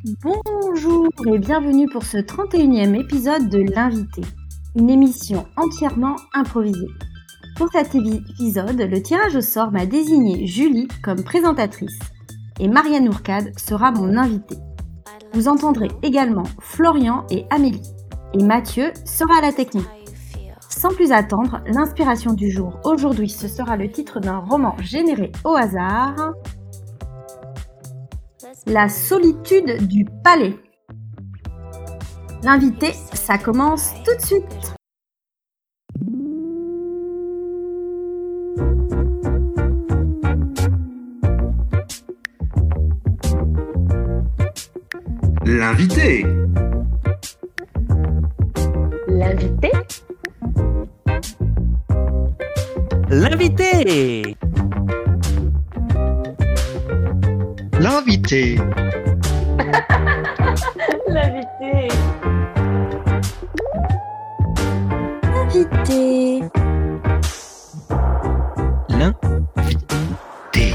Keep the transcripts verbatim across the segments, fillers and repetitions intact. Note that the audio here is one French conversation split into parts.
Bonjour et bienvenue pour ce trente et unième épisode de L'invité, une émission entièrement improvisée. Pour cet épisode, le tirage au sort m'a désigné Julie comme présentatrice et Marianne Ourcade sera mon invitée. Vous entendrez également Florian et Amélie et Mathieu sera à la technique. Sans plus attendre, l'inspiration du jour aujourd'hui, ce sera le titre d'un roman généré au hasard. La solitude du palais. L'invité, ça commence tout de suite. L'invité. L'invité. L'invité. L'invité. L'invité. Invité. L'invité.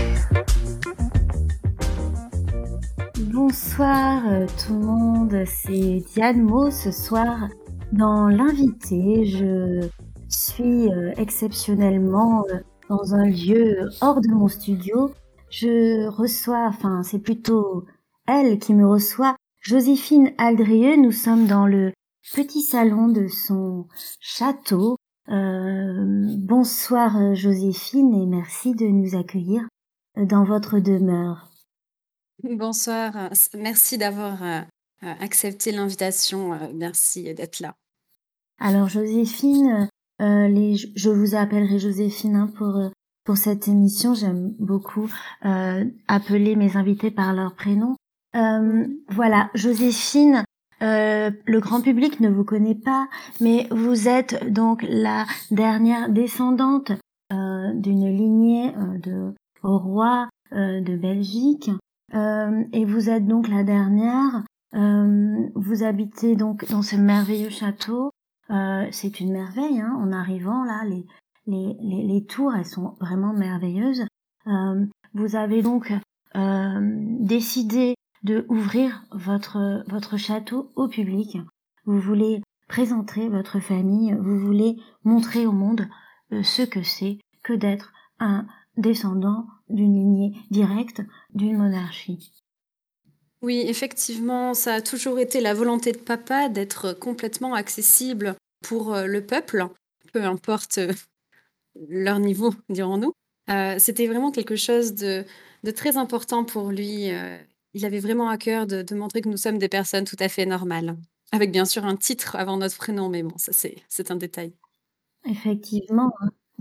Bonsoir euh, tout le monde, c'est Diane Mo ce soir dans l'invité. Je suis euh, exceptionnellement euh, dans un lieu hors de mon studio. Je reçois, enfin c'est plutôt elle qui me reçoit, Joséphine Aldrieux. Nous sommes dans le petit salon de son château. Euh, bonsoir euh, Joséphine et merci de nous accueillir euh, dans votre demeure. Bonsoir, euh, s- merci d'avoir euh, euh, accepté l'invitation. euh, Merci d'être là. Alors Joséphine, euh, les, je vous appellerai Joséphine hein, pour euh, pour cette émission. J'aime beaucoup euh, appeler mes invités par leur prénom. Euh, voilà, Joséphine, euh, le grand public ne vous connaît pas, mais vous êtes donc la dernière descendante euh, d'une lignée euh, de rois euh, de Belgique, euh, et vous êtes donc la dernière. Euh, vous habitez donc dans ce merveilleux château. Euh, c'est une merveille, hein, en arrivant là, les, les, les, les tours, elles sont vraiment merveilleuses. Euh, vous avez donc euh, décidé de ouvrir votre, votre château au public. Vous voulez présenter votre famille, vous voulez montrer au monde euh, ce que c'est que d'être un descendant d'une lignée directe d'une monarchie. Oui, effectivement, ça a toujours été la volonté de papa d'être complètement accessible pour euh, le peuple, peu importe euh, leur niveau, dirons-nous. Euh, C'était vraiment quelque chose de, de très important pour lui. euh, Il avait vraiment à cœur de, de montrer que nous sommes des personnes tout à fait normales, avec bien sûr un titre avant notre prénom, mais bon, ça c'est c'est un détail. Effectivement.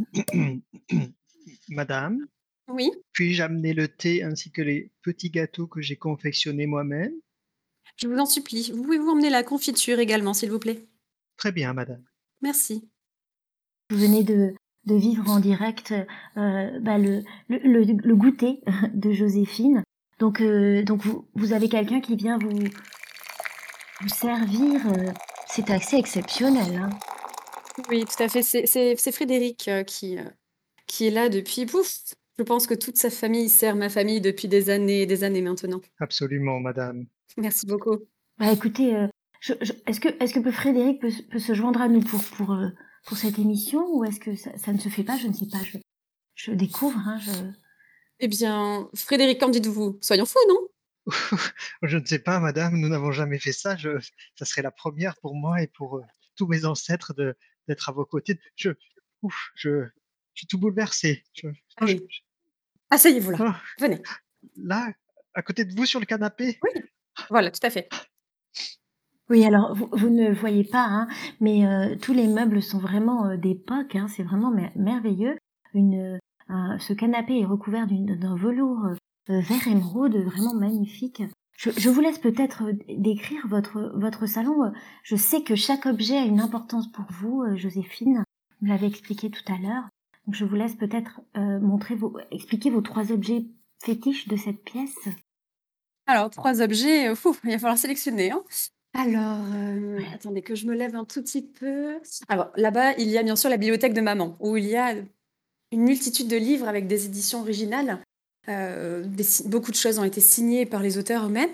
Madame, Oui, puis-je amener le thé ainsi que les petits gâteaux que j'ai confectionnés moi-même? je vous en supplie. Vous pouvez vous emmener la confiture également, s'il vous plaît. Très bien, madame. Merci. Vous venez de, de vivre en direct euh, bah, le, le, le, le goûter de Joséphine. Donc, euh, donc vous, vous avez quelqu'un qui vient vous, vous servir. euh, c'est assez exceptionnel. Hein. Oui, tout à fait. C'est c'est- c'est Frédéric euh, qui, euh, qui est là depuis, pouf, je pense que toute sa famille sert ma famille depuis des années et des années maintenant. Absolument, madame. Merci beaucoup. Bah écoutez, euh, je, je, est-ce que est-ce que Frédéric peut, peut se joindre à nous pour pour euh, pour cette émission ou est-ce que ça, ça ne se fait pas? Je ne sais pas. Je, je découvre. Hein, je... Eh bien, Frédéric, qu'en dites-vous? Soyons fous, non? Je ne sais pas, madame, nous n'avons jamais fait ça. Je, ça serait la première pour moi et pour euh, tous mes ancêtres de d'être à vos côtés. Je, ouf, je, je suis tout bouleversé. Je, oh, je- Allez, asseyez-vous là. oh, Venez. là, à côté de vous sur le canapé. Oui, voilà, tout à fait. Oui, alors vous, vous ne voyez pas, hein, mais euh, tous les meubles sont vraiment euh, d'époque, hein, c'est vraiment mer- merveilleux. Une, un- ce canapé est recouvert d'une- d'un velours euh, vert émeraude, vraiment magnifique. Je, je vous laisse peut-être euh, décrire votre votre salon. Euh, Je sais que chaque objet a une importance pour vous, euh, Joséphine. Vous l'avez expliqué tout à l'heure. Donc je vous laisse peut-être euh, montrer vos, expliquer vos trois objets fétiches de cette pièce. Alors, trois objets, euh, fou, il va falloir sélectionner, hein. Alors, euh, attendez que je me lève un tout petit peu. Alors, là-bas, il y a bien sûr la bibliothèque de maman, où il y a une multitude de livres avec des éditions originales. Euh, des si- beaucoup de choses ont été signées par les auteurs eux-mêmes.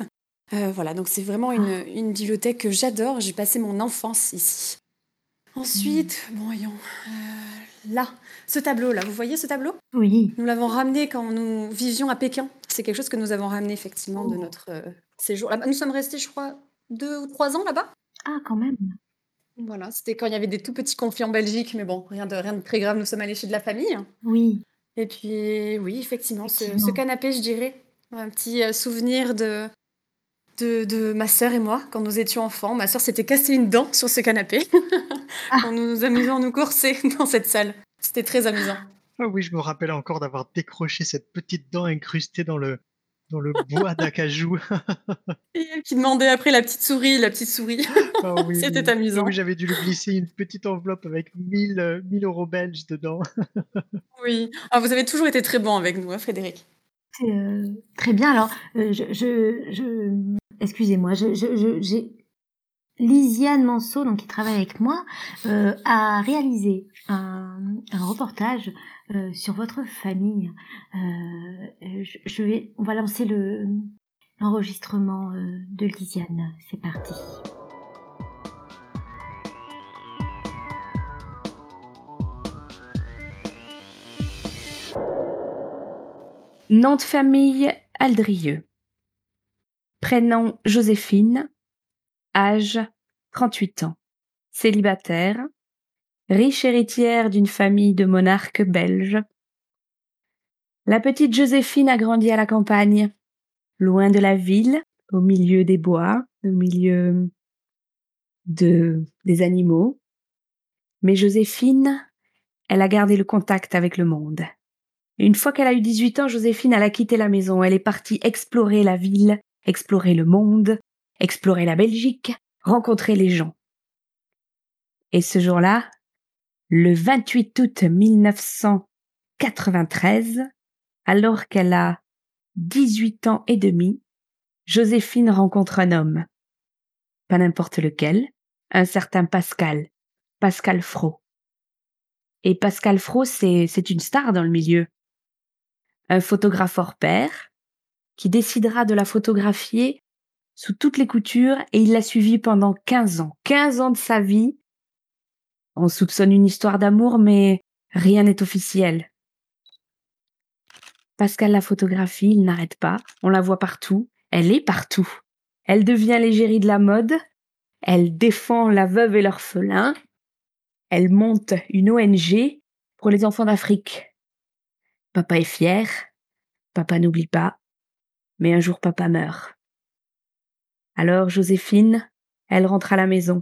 Euh, voilà, donc c'est vraiment une, Ah, une bibliothèque que j'adore. J'ai passé mon enfance ici. mm. Ensuite, bon, voyons, euh, là, ce tableau-là, vous voyez ce tableau? Oui. Nous l'avons ramené quand nous vivions à Pékin. C'est quelque chose que nous avons ramené effectivement de Oh. notre euh, séjour là-bas. Nous sommes restés, je crois, deux ou trois ans là-bas. Ah, quand même. Voilà, c'était quand il y avait des tout petits conflits en Belgique, mais bon, rien de, rien de très grave. Nous sommes allés chez de la famille. Oui, Et puis, oui, effectivement, ce, ce effectivement. canapé, je dirais, un petit euh, souvenir de, de, de ma sœur et moi quand nous étions enfants. Ma sœur s'était cassé une dent sur ce canapé en Ah, nous amusant à nous courser dans cette salle. C'était très amusant. Ah oui, je me rappelle encore d'avoir décroché cette petite dent incrustée dans le, dans le bois d'acajou. Et elle qui demandait après la petite souris, la petite souris. Ah oui, C'était oui. Ah oui, amusant. j'avais dû lui glisser une petite enveloppe avec mille euh, mille euros belges dedans. Oui. Ah, vous avez toujours été très bon avec nous, hein, Frédéric. c'est euh, très bien. Alors, euh, je, je, je... excusez-moi, je, je, je- j'ai Lisiane Manceau, donc qui travaille avec moi, euh, a réalisé un, un reportage euh, sur votre famille. Euh, je, je vais, on va lancer le l'enregistrement euh, de Lisiane. C'est parti. Nom de famille Aldrieux. Prénom Joséphine. Âge trente-huit ans. Célibataire. Riche héritière d'une famille de monarques belges. La petite Joséphine a grandi à la campagne, loin de la ville, au milieu des bois, au milieu de, des animaux. Mais Joséphine, elle a gardé le contact avec le monde. Une fois qu'elle a eu dix-huit ans, Joséphine, elle a quitté la maison. Elle est partie explorer la ville, explorer le monde, explorer la Belgique, rencontrer les gens. Et ce jour-là, le vingt-huit août mille neuf cent quatre-vingt-treize, alors qu'elle a dix-huit ans et demi, Joséphine rencontre un homme. Pas n'importe lequel, un certain Pascal, Pascal Fro. Et Pascal Fro, c'est, c'est une star dans le milieu. Un photographe hors pair, qui décidera de la photographier sous toutes les coutures, et il l'a suivie pendant quinze ans. quinze ans de sa vie. On soupçonne une histoire d'amour, mais rien n'est officiel. Pascal la photographie, il n'arrête pas. On la voit partout. Elle est partout. Elle devient l'égérie de la mode. Elle défend la veuve et l'orphelin. Elle monte une O N G pour les enfants d'Afrique. Papa est fier. Papa n'oublie pas. Mais un jour, papa meurt. Alors, Joséphine, elle rentre à la maison.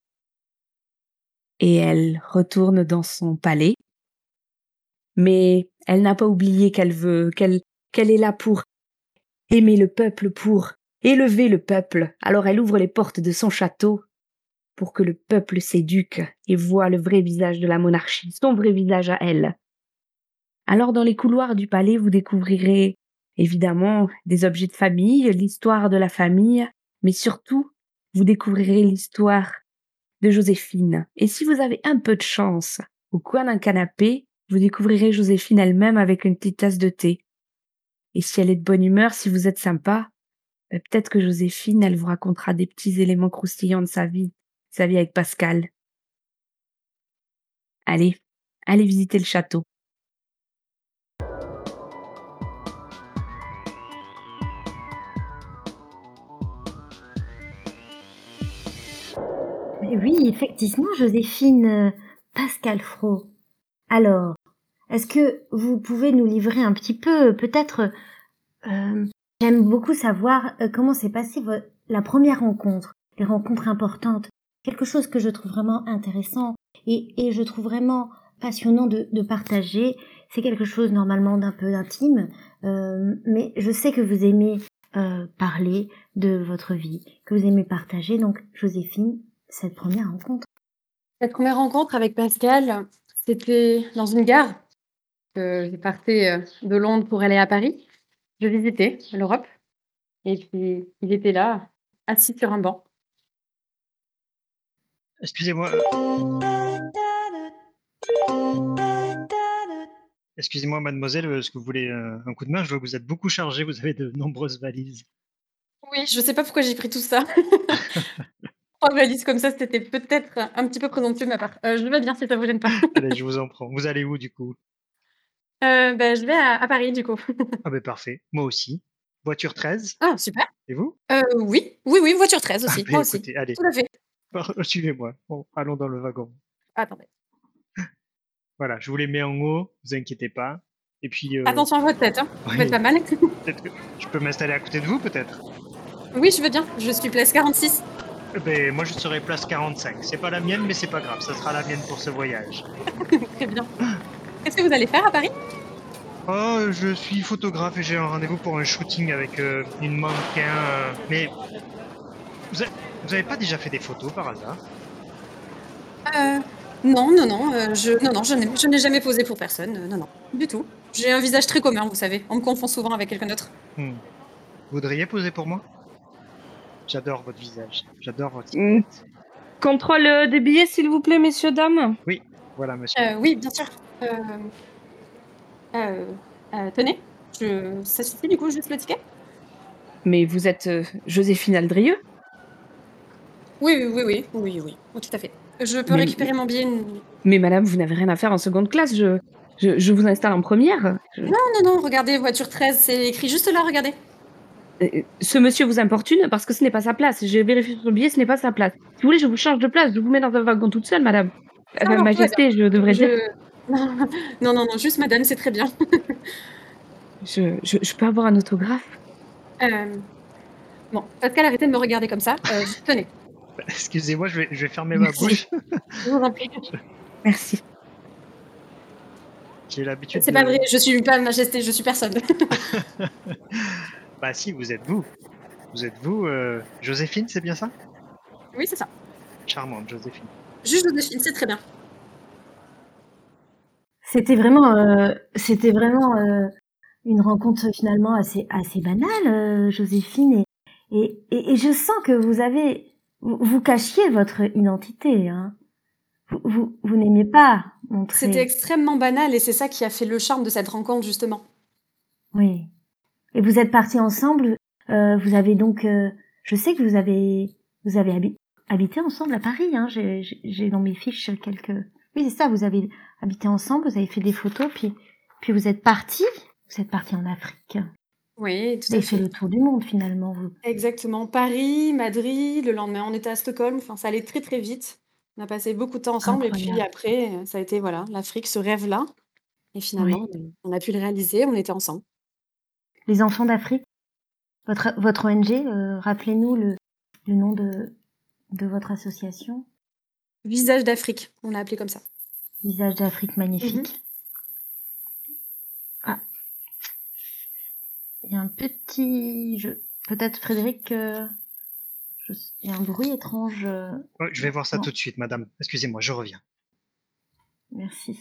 Et elle retourne dans son palais. Mais elle n'a pas oublié qu'elle veut, qu'elle, qu'elle est là pour aimer le peuple, pour élever le peuple. Alors elle ouvre les portes de son château pour que le peuple s'éduque et voit le vrai visage de la monarchie, son vrai visage à elle. Alors dans les couloirs du palais, vous découvrirez évidemment des objets de famille, l'histoire de la famille, mais surtout, vous découvrirez l'histoire de Joséphine. Et si vous avez un peu de chance, au coin d'un canapé, vous découvrirez Joséphine elle-même avec une petite tasse de thé. Et si elle est de bonne humeur, si vous êtes sympa, ben peut-être que Joséphine, elle vous racontera des petits éléments croustillants de sa vie, sa vie avec Pascal. Allez, allez visiter le château. Mais oui, effectivement, Joséphine, euh, Pascal Fro. Alors, est-ce que vous pouvez nous livrer un petit peu, peut-être, euh, j'aime beaucoup savoir euh, comment s'est passée vo- la première rencontre, les rencontres importantes, quelque chose que je trouve vraiment intéressant et, et je trouve vraiment passionnant de, de partager. C'est quelque chose normalement d'un peu intime, euh, mais je sais que vous aimez euh, parler de votre vie, que vous aimez partager. Donc, Joséphine, cette première rencontre. Cette première rencontre avec Pascal, c'était dans une gare. Euh, j'ai parté euh, de Londres pour aller à Paris. Je visitais l'Europe. Et puis, il était là, assis sur un banc. Excusez-moi, euh, excusez-moi, mademoiselle, est-ce que vous voulez euh, un coup de main? Je vois que vous êtes beaucoup chargée, vous avez de nombreuses valises. Oui, je sais pas pourquoi j'ai pris tout ça. Je crois que je la dise comme ça, c'était peut-être un petit peu présomptueux de ma part. Heu, je vais bien si ça vous gêne pas. Allez, je vous en prends. Vous allez où du coup? Heu, bah, je vais à à Paris du coup. Ah beh, parfait. Moi aussi. Voiture treize. Ah super! Et vous? Heu, oui, oui, oui, voiture treize Ah aussi, beh, moi aussi. écoutez, allez, Tout à fait. par suivez-moi. Bon, allons dans le wagon. Attendez. Voilà, je vous les mets en haut, vous inquiétez pas. Et puis, heu, Attention à votre tête, hein, ça peut être oui, pas mal. peut-être que je peux m'installer à côté de vous peut-être? Oui, je veux bien, je suis place quarante-six. Eh beh, moi je serai place quarante-cinq. C'est pas la mienne, mais c'est pas grave, ça sera la mienne pour ce voyage. Très bien. Qu'est-ce que vous allez faire à Paris? Oh, je suis photographe et j'ai un rendez-vous pour un shooting avec, heu, une mannequin, heu, mais vous a vous avez pas déjà fait des photos par hasard? Heu, non, non, non, heu, je non, non, je n'ai je n'ai jamais posé pour personne, heu, non, non, du tout. J'ai un visage très commun, vous savez, on me confond souvent avec quelqu'un d'autre. Mmh. Vous voudriez poser pour moi? J'adore votre visage, j'adore votre Mmh. silhouette. Contrôle euh, des billets, s'il vous plaît, messieurs, dames. Oui, voilà monsieur. Heu, oui, bien sûr. Hem, heu, heu, tenez, je ça suffit du coup, juste le ticket? Mais vous êtes euh, Joséphine Aldrieux? Oui, oui, oui, oui, oui, oui, oui, tout à fait. Je peux Mais, récupérer mon billet n mais madame, vous n'avez rien à faire en seconde classe. Je, je, je vous installe en première. Je- non, non, non, regardez, voiture treize, c'est écrit juste là, regardez. euh, euh, ce monsieur vous importune parce que ce n'est pas sa place. J'ai vérifié sur le billet, ce n'est pas sa place. Si vous voulez, je vous change de place. Je vous mets dans un wagon toute seule, madame. Non, Enfin, non, tout va bien. majesté, je devrais dire. Je non, non, non, non, juste madame, c'est très bien. Je, je, je peux avoir un autographe? Hem, bon, Pascal, arrêtez de me regarder comme ça, heu, j tenez, Bah, excusez-moi, je vais je vais fermer ma Merci. bouche. je vous en prie. Merci. J'ai l'habitude C'est pas vrai, de je suis pas majesté, je suis personne. bah si, vous êtes vous. Vous êtes vous, heu, Joséphine, c'est bien ça? Oui, c'est ça. Charmante Joséphine. Juste Joséphine, c'est très bien. C'était vraiment, heu, c'était vraiment, heu, une rencontre finalement assez assez banale, heu, Joséphine et et et et je sens que vous avez vous vous cachiez votre identité, hein. Vous vous vous n'aimiez pas C'était montrer extrêmement banal et c'est ça qui a fait le charme de cette rencontre, justement. oui et vous êtes partis ensemble, heu, vous avez donc, heu, je sais que vous avez vous avez habi habité ensemble à Paris, hein. J'ai j'ai j'ai dans mes fiches quelques oui, c'est ça, vous avez habité ensemble, vous avez fait des photos puis puis vous êtes partis vous êtes partis en Afrique. Oui, tout Vous à avez fait fait. le tour du monde finalement, vous. Exactement. Paris, Madrid, le lendemain, on était à Stockholm, enfin, ça allait très, très vite. On a passé beaucoup de temps ensemble et puis Incroyable. après, heu, ça a été, voilà, l'Afrique, ce rêve-là et Oui. finalement, on on a pu le réaliser, on était ensemble. Les enfants d'Afrique, votre votre O N G, heu, rappelez-nous le le nom de de votre association. Visage d'Afrique, on l'a appelé comme ça. Visage d'Afrique Mmh mh. magnifique. Ah, il y a un petit je peut-être Frédéric, heu, je s il y a un bruit étrange, heu, Ouais, je vais non, voir ça non, tout de suite madame. Excusez-moi, je reviens. merci.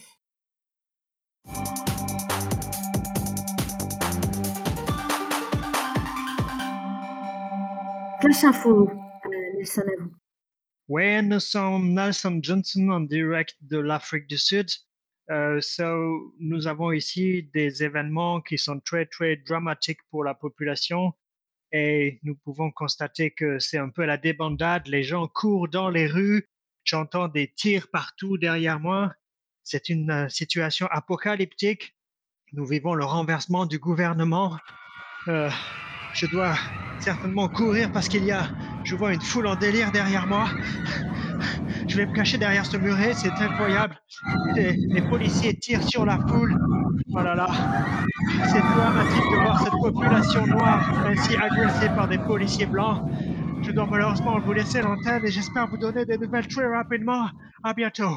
Flash info, heu, Nelson à vous. Ouais, nous sommes Nelson Johnson en direct de l'Afrique du Sud. Euh, so, nous avons ici des événements qui sont très, très dramatiques pour la population et nous pouvons constater que c'est un peu la débandade. Les gens courent dans les rues. J'entends des tirs partout derrière moi. C'est une euh, situation apocalyptique. Nous vivons le renversement du gouvernement. Euh, je dois certainement courir parce qu'il y a, je vois une foule en délire derrière moi. Je vais me cacher derrière ce muret, c'est incroyable. Les, les policiers tirent sur la foule. Oh là là, c'est dramatique de voir cette population noire ainsi agressée par des policiers blancs. Je dois malheureusement vous laisser l'antenne et j'espère vous donner des nouvelles très rapidement. À bientôt.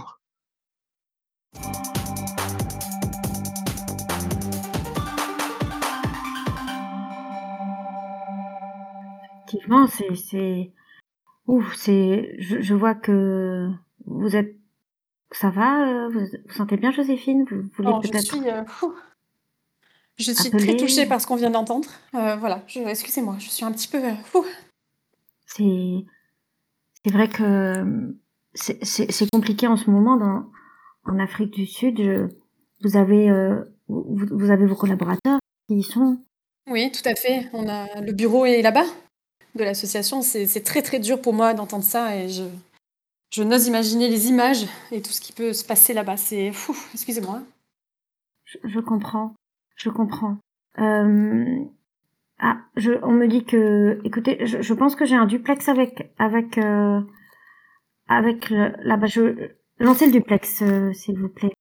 Effectivement, c'est c'est ouf, c'est je je vois que vous êtes ça va, heu, vous vous sentez bien Joséphine? Vous voulez Alors je peut-être suis, heu, je suis très appeler? touchée par ce qu'on vient d'entendre. Heu, voilà, je excusez-moi, je suis un petit peu, heu, C'est c'est vrai que, hem, c'est c'est c'est compliqué en ce moment dans en Afrique du Sud. Je vous avez, heu, vous vous avez vos collaborateurs qui y sont? oui, tout à fait, on a le bureau est là-bas. de l'association. C'est c'est très très dur pour moi d'entendre ça et je, je n'ose imaginer les images et tout ce qui peut se passer là-bas. C'est fou, excusez-moi. Je, je comprends, je comprends. Euh, ah, je, on me dit que, écoutez, je, je pense que j'ai un duplex avec, avec, euh, avec le, là-bas. Je lancez le duplex, euh, s'il vous plaît.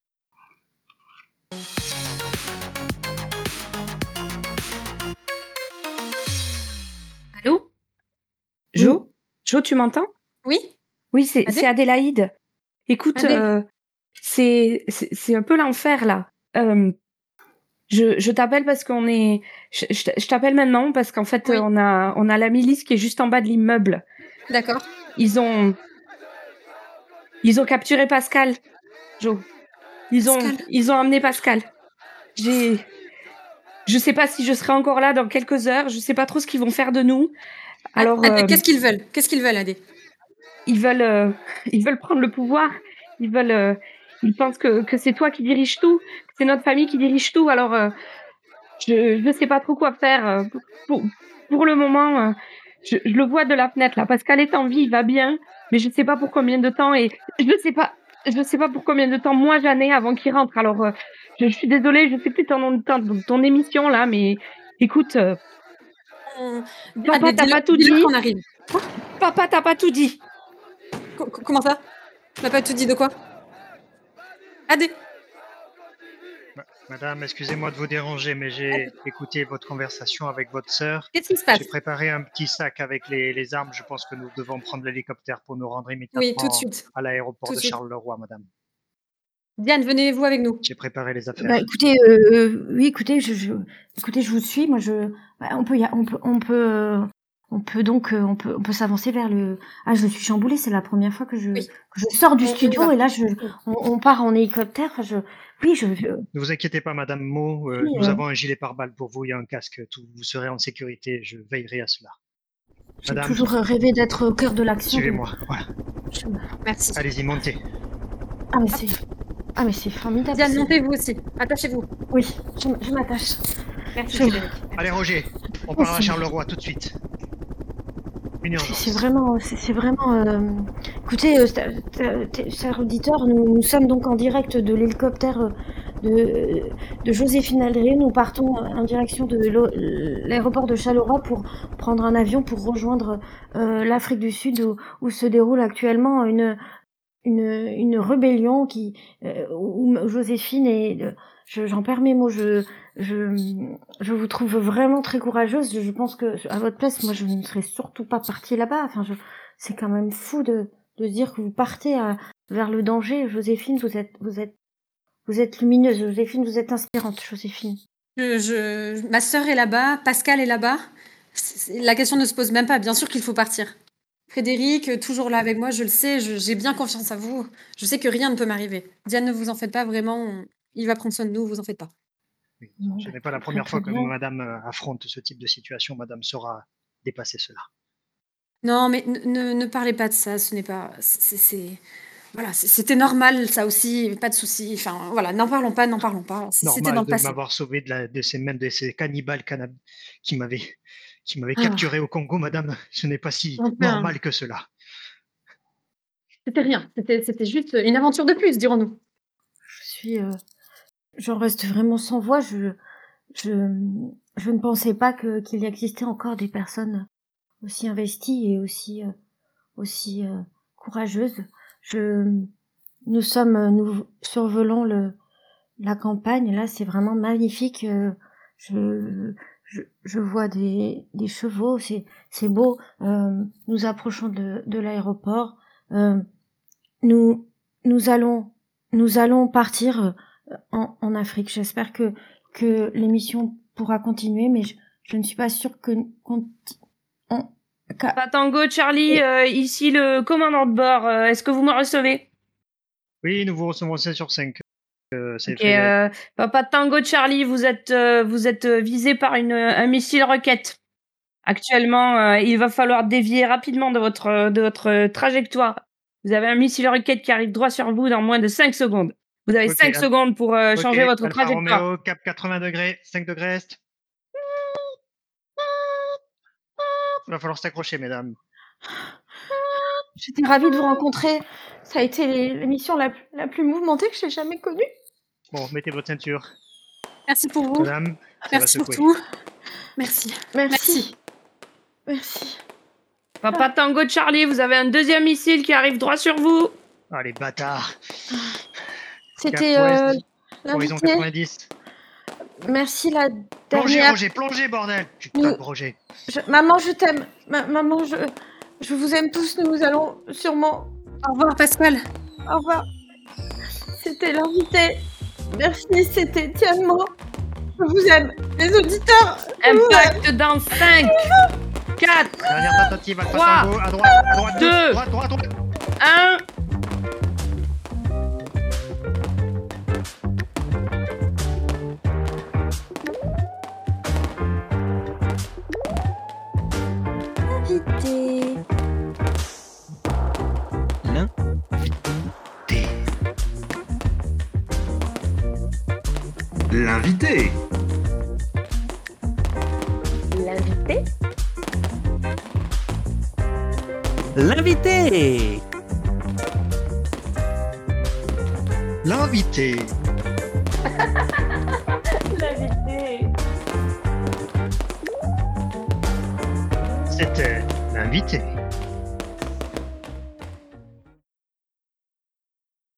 Allô? Jo? Jo, tu m'entends? Oui? Oui, c'est Adé c'est Adélaïde. Écoute, Adé euh, c'est c'est c'est un peu l'enfer là. Euh, je je t'appelle parce qu'on est. Je, je je t'appelle maintenant parce qu'en fait Oui. on a on a la milice qui est juste en bas de l'immeuble. D'accord. Ils ont ils ont capturé Pascal. Jo. Ils ont Pascal. ils ont amené Pascal. J'ai je sais pas si je serai encore là dans quelques heures. Je sais pas trop ce qu'ils vont faire de nous. Alors Adé, euh, qu'est-ce qu'ils veulent? Qu'est-ce qu'ils veulent, Adé? ils veulent euh, ils veulent prendre le pouvoir. Ils veulent euh, ils pensent que que c'est toi qui dirige tout, que c'est notre famille qui dirige tout. Alors euh, je je sais pas trop quoi faire euh, pour pour le moment. euh, je, je le vois de la fenêtre là. Pascal est en vie, il va bien, mais je sais pas pour combien de temps et je sais pas je sais pas pour combien de temps moi j'en ai avant qu'il rentre. Alors euh, je, je suis désolée, je sais plus ton ton, ton émission là, mais écoute, euh, Hum, papa Adé, t'as dis-leur pas tout dis-leur dit. qu'on arrive. Papa t'as pas tout dit. Co- co- comment ça? Tu m'as pas tout dit de quoi? Adé, Ma- Madame, excusez-moi de vous déranger, mais j'ai écouté votre conversation avec votre sœur. qu'est-ce qui se passe? J'ai préparé un petit sac avec les, les armes. Je pense que nous devons prendre l'hélicoptère pour nous rendre Oui, tout de immédiatement suite. à l'aéroport Tout de de suite. Charleroi, madame. Diane, venez-vous avec nous. J'ai préparé les affaires. Bah écoutez, euh, oui, écoutez, je, je, écoutez, je vous suis. Moi, je, bah, on peut, y a, on peut, on peut, euh, on peut donc, euh, on peut, on peut s'avancer vers le. Ah, je suis chamboulée. C'est la première fois que je, Oui. que je sors du On- on y studio va. et là, je, on, on part en hélicoptère. Enfin, je, oui, je, je- Ne vous inquiétez pas, madame Mo. euh, oui, nous euh, avons un gilet pare-balles pour vous et un casque. Tout, vous serez en sécurité. Je veillerai à cela. j'ai Madame, toujours rêvé d'être au cœur de l'action. de- suivez-moi. Voilà. je- Merci. Allez-y, montez. Ah mais c'est, ah mais c'est formidable. Diane, c'est- montez-vous aussi. Attachez-vous. Oui, je, m- je m'attache. Merci, Je- Frédéric. Allez, Roger. On part à Charleroi tout de suite. Une C'est urgence. c'est vraiment, c'est c'est vraiment. euh, Écoutez, euh, sta- sta- t- chers auditeurs, nous, nous sommes donc en direct de l'hélicoptère euh, de, de Joséphine Aldrieux. Nous partons euh, en direction de l'o- l'aéroport de Charleroi pour prendre un avion pour rejoindre euh, l'Afrique du Sud où, où se déroule actuellement une une, une rébellion qui euh, où Joséphine est. euh, je- J'en perds mes mots. Je je je vous trouve vraiment très courageuse. Je pense que à votre place, moi, je ne serais surtout pas partie là-bas. Enfin, je, c'est quand même fou de de se dire que vous partez à- vers le danger. Joséphine, vous êtes vous êtes vous êtes lumineuse. Joséphine, vous êtes inspirante. Joséphine. Je, je- Ma sœur est là-bas, Pascal est là-bas. C'est- La question ne se pose même pas. Bien sûr qu'il faut partir. Frédéric, euh, toujours là avec moi, je le sais, je- j'ai bien confiance à vous. Je sais que rien ne peut m'arriver. Diane, ne vous en faites pas, vraiment. on- Il va prendre soin de nous, vous en faites pas. Oui. Bon, Ce bah, n'est pas la très, première très fois que bien. madame euh, affronte ce type de situation. Madame saura dépasser cela. Non, mais ne, ne- ne parlez pas de ça, ce n'est pas... c'est- c'est- Voilà, c'est- c'était normal, ça aussi, pas de souci. Enfin, voilà, n'en parlons pas, n'en parlons pas. C- C'était dans Normal le de passé. m'avoir sauvé de, la, de ces même de ces cannibales cana- qui m'avaient qui m'avaient Ah. capturé au Congo, madame. Ce n'est pas si Enfin. normal que cela. C'était rien, c'était c'était juste une aventure de plus, dirons-nous. Je suis, euh, j'en reste vraiment sans voix. Je je je ne pensais pas que qu'il y existait encore des personnes aussi investies et aussi euh, aussi euh, courageuses. Je nous sommes nous survolons le la campagne. Là, c'est vraiment magnifique. euh, je je, je vois des des chevaux. C'est c'est beau. Euh, nous approchons de de l'aéroport. Euh, nous nous allons nous allons partir euh, en en Afrique. J'espère que que l'émission pourra continuer, mais je, je ne suis pas sûre que qu'on on- qu'a- Papa Tango, Charlie, euh, ici le commandant de bord. euh, Est-ce que vous me recevez? Oui, nous vous recevons cinq sur cinq. Euh, c'est Ok, Frédéric. euh, Papa Tango, Charlie, vous êtes euh, vous êtes euh, visé par une un missile roquette. Actuellement, euh, il va falloir dévier rapidement de votre euh, de votre euh, trajectoire. Vous avez un missile roquette qui arrive droit sur vous dans moins de cinq secondes. Vous avez Ok, cinq Al- secondes pour euh, Ok, changer votre Alpha trajectoire. Romeo, cap quatre-vingts degrés, cinq degrés est. Il va falloir s'accrocher, mesdames. J'étais ravie de vous rencontrer. Ça a été l'é- l'émission la, plus- la plus mouvementée que j'ai jamais connue. Bon, mettez votre ceinture. Merci pour vous. Madame, ça va Merci pour secouer. tout. Merci. Merci. Merci. Papa Tango Charlie, vous avez un deuxième missile qui arrive droit sur vous. Ah, les bâtards. C'était Cap euh, ouest, horizon l'invité. quatre-vingt-dix. Merci la Plongez, dernière. Roger, plongez, bordel. Putain Nous- de Roger. Je- Maman, je t'aime. Ma- maman, je... je vous aime tous. Nous allons sûrement... Au revoir, Pascal. Au revoir. C'était l'invité. Merci, c'était Tianement. Je vous aime. Les auditeurs. je vous aime. Impact dans cinq, quatre, Dernière tentative, Alpha Trois, Tango, à droite, à droite, deux, droite, droite, droite. un. Invité. L'invité. L'invité. L'invité. L'invité. L'invité. C'était l'invité.